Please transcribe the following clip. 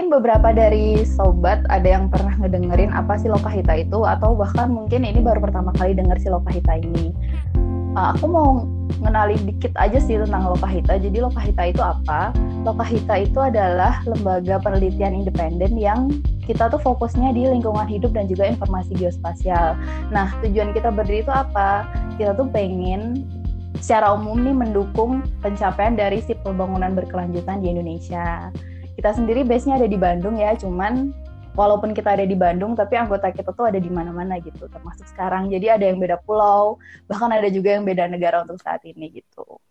Mungkin beberapa dari sobat ada yang pernah ngedengerin apa sih Lokahita itu, atau bahkan mungkin ini baru pertama kali denger si Lokahita ini. Aku mau ngenalin dikit aja sih tentang Lokahita. Jadi Lokahita itu apa? Lokahita itu adalah lembaga penelitian independen yang kita tuh fokusnya di lingkungan hidup dan juga informasi geospasial. Nah, tujuan kita berdiri itu apa? Kita tuh pengen secara umum nih mendukung pencapaian dari si pembangunan berkelanjutan di Indonesia. Kita sendiri base-nya ada di Bandung ya, cuman walaupun kita ada di Bandung, tapi anggota kita tuh ada di mana-mana gitu, termasuk sekarang. Jadi ada yang beda pulau, bahkan ada juga yang beda negara untuk saat ini gitu.